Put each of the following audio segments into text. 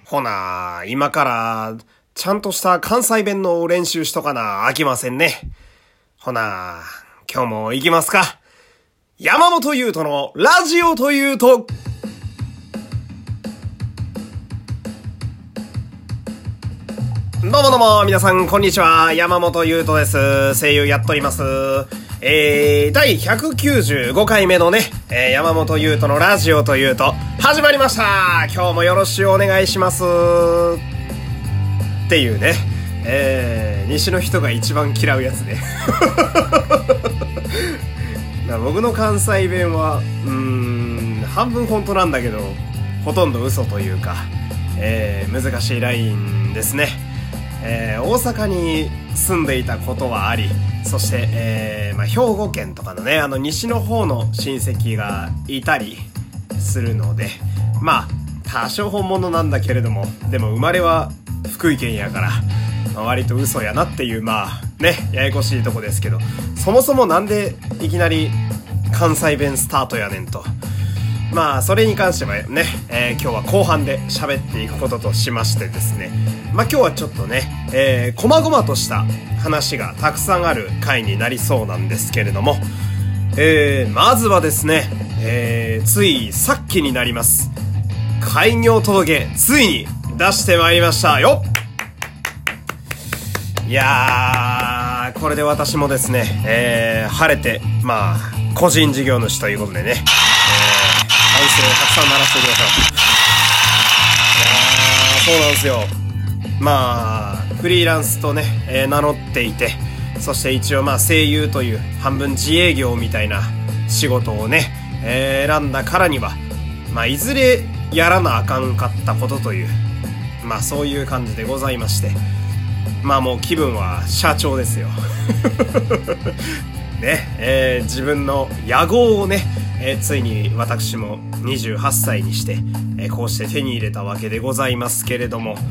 ほな、今から、ちゃんとした関西弁の練習しとかな、飽きませんね。ほな、今日も行きますか。山本優斗のラジオというと、どうもどうも、皆さん、こんにちは。山本優斗です。声優やっております。第195回目のね、山本優斗のラジオというと、始まりました。今日もよろしくお願いします。っていうね、西の人が一番嫌うやつね。僕の関西弁は、半分本当なんだけど、ほとんど嘘というか、難しいラインですね。大阪に住んでいたことはあり、そして、兵庫県とかのね、西の方の親戚がいたりするので、多少本物なんだけれども、でも生まれは福井県やから、割と嘘やなっていう、ややこしいとこですけど、そもそもなんでいきなり関西弁スタートやねんと。それに関してはね、今日は後半で喋っていくこととしましてですね、今日はちょっとね、細々とした話がたくさんある回になりそうなんですけれども、まずはですね、ついさっきになります。開業届、ついに出してまいりましたよ。いやー、これで私もですね、晴れて、個人事業主ということでね、歓声をたくさん鳴らしてください。そうなんですよ。フリーランスとね、名乗っていて、そして一応声優という半分自営業みたいな仕事をね、選んだからには、いずれやらなあかんかったことという、そういう感じでございまして、もう気分は社長ですよ。ね、自分の野望をね、ついに私も28歳にして、こうして手に入れたわけでございますけれども、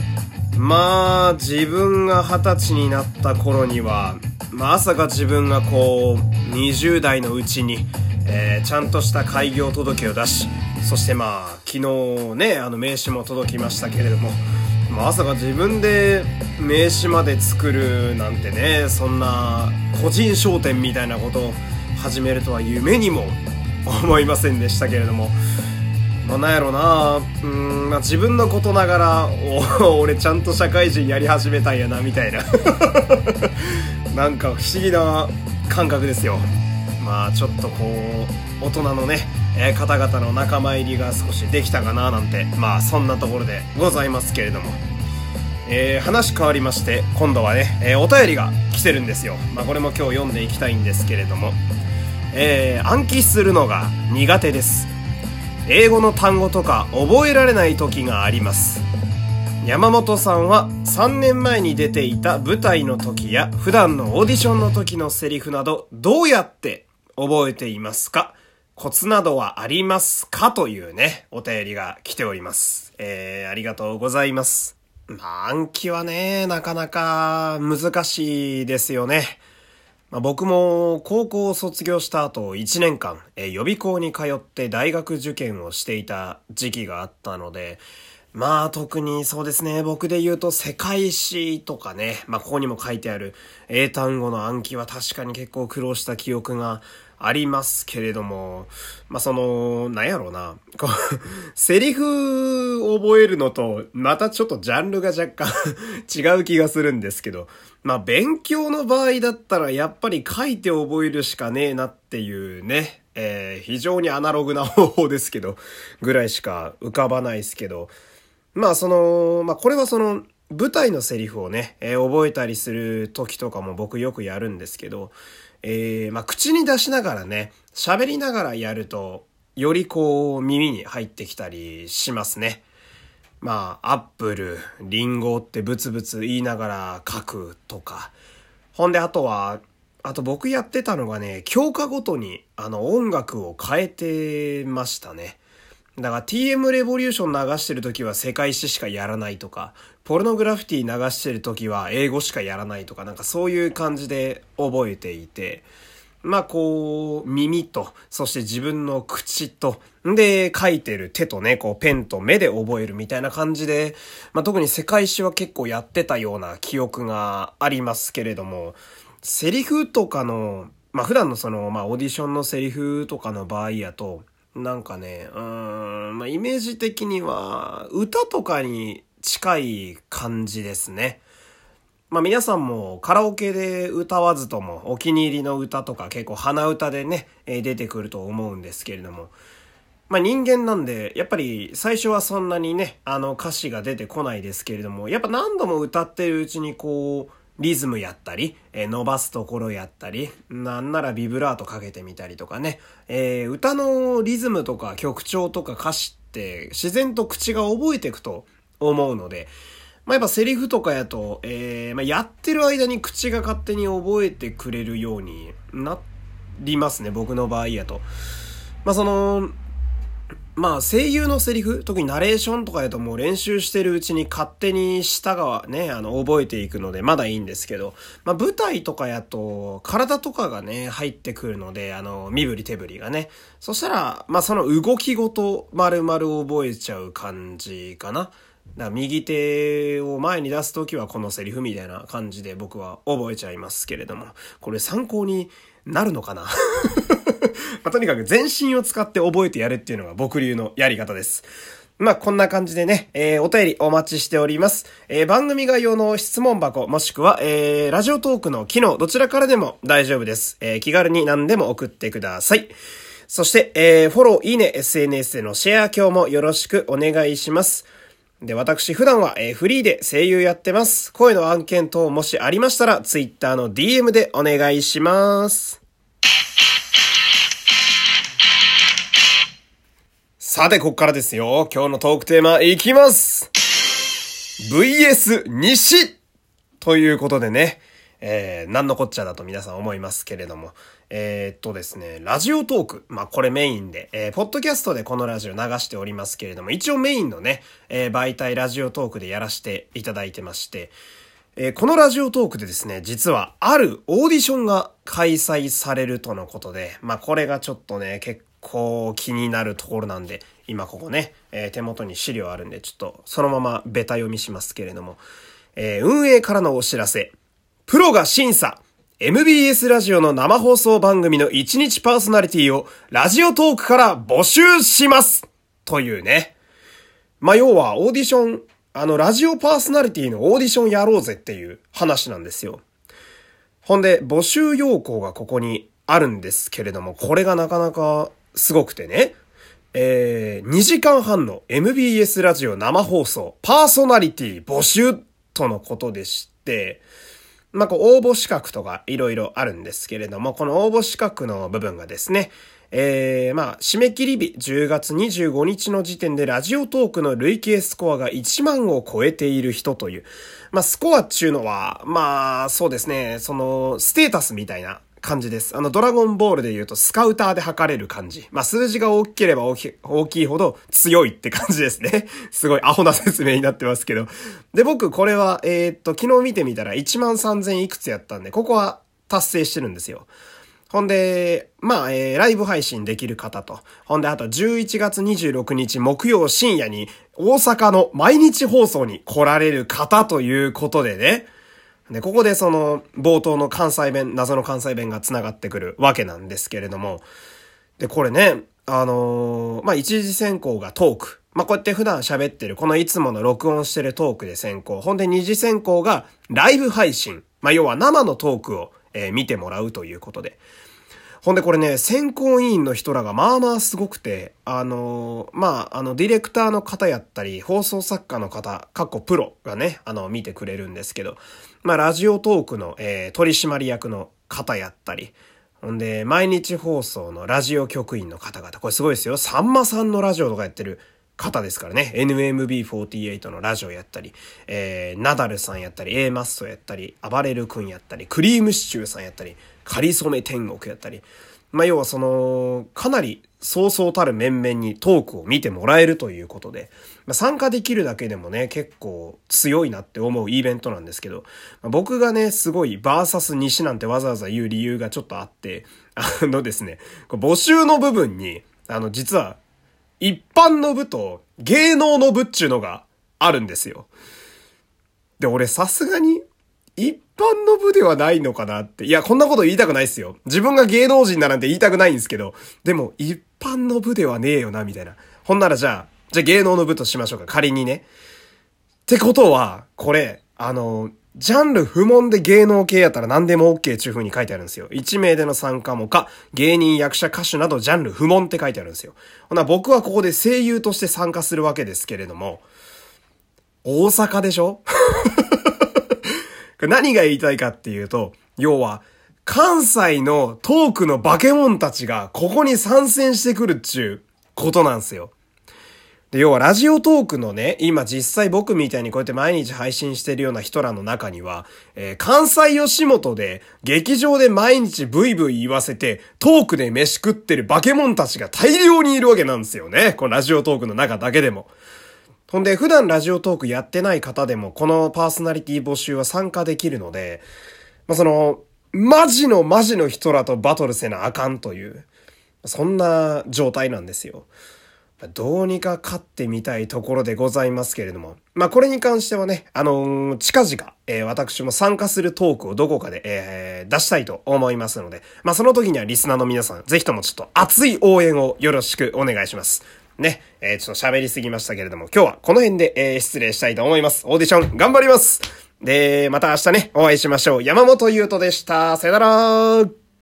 自分が20歳になった頃には、まさか自分がこう20代のうちに、ちゃんとした開業届を出し、そして昨日ね、名刺も届きましたけれども、まさか自分で名刺まで作るなんてね、そんな個人商店みたいなことを始めるとは夢にも思いませんでしたけれども、なんやろな、自分のことながら俺ちゃんと社会人やり始めたんやなみたいななんか不思議な感覚ですよ。ちょっとこう大人のね、方々の仲間入りが少しできたかななんて、そんなところでございますけれども、話変わりまして、今度はね、お便りが来てるんですよ。これも今日読んでいきたいんですけれども、暗記するのが苦手です。英語の単語とか覚えられない時があります。山本さんは3年前に出ていた舞台の時や普段のオーディションの時のセリフなどどうやって覚えていますか？コツなどはありますか？というね、お便りが来ております。ありがとうございます。暗記はね、なかなか難しいですよね。僕も高校を卒業した後1年間、予備校に通って大学受験をしていた時期があったので、特にそうですね、僕で言うと世界史とかね、ここにも書いてある英単語の暗記は確かに結構苦労した記憶がありますけれども、なんやろうな、セリフを覚えるのと、またちょっとジャンルが若干違う気がするんですけど、勉強の場合だったらやっぱり書いて覚えるしかねえなっていうね、非常にアナログな方法ですけど、ぐらいしか浮かばないですけど、これは舞台のセリフをね、覚えたりする時とかも僕よくやるんですけど、口に出しながらね、喋りながらやると、よりこう耳に入ってきたりしますね。アップル、リンゴってブツブツ言いながら書くとか。ほんであと僕やってたのがね、教科ごとに音楽を変えてましたね。だから TM レボリューション流してるときは世界史しかやらないとか、ポルノグラフィティ流してるときは英語しかやらないとか、なんかそういう感じで覚えていて、 耳と、そして自分の口と、で、書いてる手とね、ペンと目で覚えるみたいな感じで、特に世界史は結構やってたような記憶がありますけれども、セリフとかの、普段のオーディションのセリフとかの場合やと、イメージ的には、歌とかに近い感じですね。皆さんもカラオケで歌わずともお気に入りの歌とか結構鼻歌でね、出てくると思うんですけれども。人間なんで、やっぱり最初はそんなにね、歌詞が出てこないですけれども、やっぱ何度も歌ってるうちにリズムやったり、伸ばすところやったり、なんならビブラートかけてみたりとかね、歌のリズムとか曲調とか歌詞って自然と口が覚えていくと思うので、やっぱセリフとかやと、やってる間に口が勝手に覚えてくれるようになりますね、僕の場合やと。声優のセリフ、特にナレーションとかやともう練習してるうちに勝手に舌がね、覚えていくのでまだいいんですけど、舞台とかやと体とかがね、入ってくるので、身振り手振りがね。そしたら、その動きごと丸々覚えちゃう感じかな。だから右手を前に出すときはこのセリフみたいな感じで僕は覚えちゃいますけれども、これ参考になるのかなとにかく全身を使って覚えてやるっていうのが僕流のやり方です。こんな感じでね、お便りお待ちしております。番組概要の質問箱もしくは、ラジオトークの機能どちらからでも大丈夫です。気軽に何でも送ってください。そして、フォロー、いいね、SNS でのシェア今日もよろしくお願いします。で、私普段は、フリーで声優やってます。声の案件等もしありましたら、Twitter の DM でお願いします。さて、こっからですよ。今日のトークテーマいきます。VS 西ということでね、何のこっちゃだと皆さん思いますけれども、ですね、ラジオトーク、これメインで、ポッドキャストでこのラジオ流しておりますけれども、一応メインのね、媒体ラジオトークでやらせていただいてまして、このラジオトークでですね、実はあるオーディションが開催されるとのことで、これがちょっとね、結構気になるところなんで、今ここね、手元に資料あるんで、ちょっとそのままベタ読みしますけれども、運営からのお知らせ、プロが審査、MBS ラジオの生放送番組の1日パーソナリティをラジオトークから募集しますというね。要はオーディション、ラジオパーソナリティのオーディションやろうぜっていう話なんですよ。ほんで、募集要項がここにあるんですけれども、これがなかなかすごくてね。2時間半の MBS ラジオ生放送パーソナリティ募集とのことでして、応募資格とかいろいろあるんですけれども、この応募資格の部分がですね、締め切り日10月25日の時点でラジオトークの累計スコアが1万を超えている人という、スコアっていうのは、そうですね、その、ステータスみたいな感じです。ドラゴンボールで言うとスカウターで測れる感じ。数字が大きければ大きいほど強いって感じですね。すごいアホな説明になってますけど。で、僕これは、昨日見てみたら1万3000いくつやったんで、ここは達成してるんですよ。ほんで、ライブ配信できる方と。ほんで、あと11月26日木曜深夜に大阪の毎日放送に来られる方ということでね。で、ここでその冒頭の関西弁、謎の関西弁が繋がってくるわけなんですけれども。で、これね、一次選考がトーク。こうやって普段喋ってる、このいつもの録音してるトークで選考。ほんで二次選考がライブ配信。要は生のトークを、見てもらうということで。ほんでこれね、選考委員の人らがすごくて、ディレクターの方やったり、放送作家の方、プロがね、見てくれるんですけど、ラジオトークの、取締役の方やったり、ほんで、毎日放送のラジオ局員の方々、これすごいですよ。さんまさんのラジオとかやってる方ですからね。NMB48 のラジオやったり、ナダルさんやったり、A マストやったり、暴れる君やったり、クリームシチューさんやったり、かりそめ天国やったり、 要はかなりそうそうたる面々にトークを見てもらえるということで、参加できるだけでもね、結構強いなって思うイベントなんですけど、僕がね、すごいバーサス西なんてわざわざ言う理由がちょっとあって、ですね、募集の部分に、実は、一般の部と芸能の部っちゅうのがあるんですよ。で、俺さすがに、一般の部ではないのかなって。いや、こんなこと言いたくないっすよ。自分が芸能人だなんて言いたくないんですけど、でも一般の部ではねえよな、みたいな。ほんならじゃあ芸能の部としましょうか。仮にね。ってことは、これ、ジャンル不問で芸能系やったら何でも OK っていう風に書いてあるんですよ。1名での参加もか、芸人、役者、歌手などジャンル不問って書いてあるんですよ。ほな、僕はここで声優として参加するわけですけれども、大阪でしょ何が言いたいかっていうと、要は、関西のトークのバケモンたちがここに参戦してくるっちゅうことなんですよ。で、要はラジオトークのね、今実際僕みたいにこうやって毎日配信してるような人らの中には、関西吉本で劇場で毎日ブイブイ言わせてトークで飯食ってるバケモンたちが大量にいるわけなんですよね。このラジオトークの中だけでも。ほんで、普段ラジオトークやってない方でも、このパーソナリティ募集は参加できるので、マジの人らとバトルせなあかんという、そんな状態なんですよ。どうにか勝ってみたいところでございますけれども。これに関してはね、近々、私も参加するトークをどこかで、出したいと思いますので、その時にはリスナーの皆さん、ぜひともちょっと熱い応援をよろしくお願いします。ね、ちょっと喋りすぎましたけれども、今日はこの辺で、失礼したいと思います。オーディション頑張ります。で、また明日ね、お会いしましょう。山本優斗でした。さよなら。